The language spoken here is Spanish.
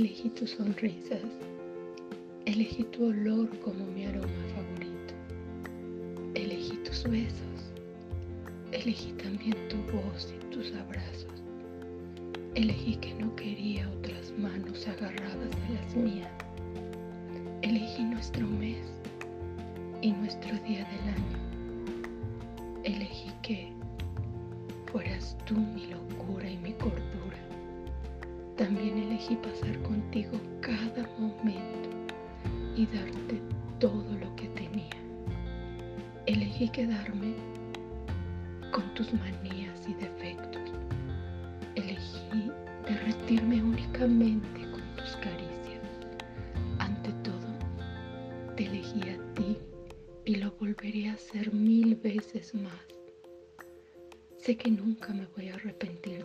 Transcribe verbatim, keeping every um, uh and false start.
Elegí tus sonrisas, elegí tu olor como mi aroma favorito, elegí tus besos, elegí también tu voz y tus abrazos, elegí que no quería otras manos agarradas a las mías, elegí nuestro mes y nuestro día del año, elegí que fueras tú mi locura y mi cordura. También elegí pasar contigo cada momento y darte todo lo que tenía. Elegí quedarme con tus manías y defectos. Elegí derretirme únicamente con tus caricias. Ante todo, te elegí a ti y lo volveré a hacer mil veces más. Sé que nunca me voy a arrepentir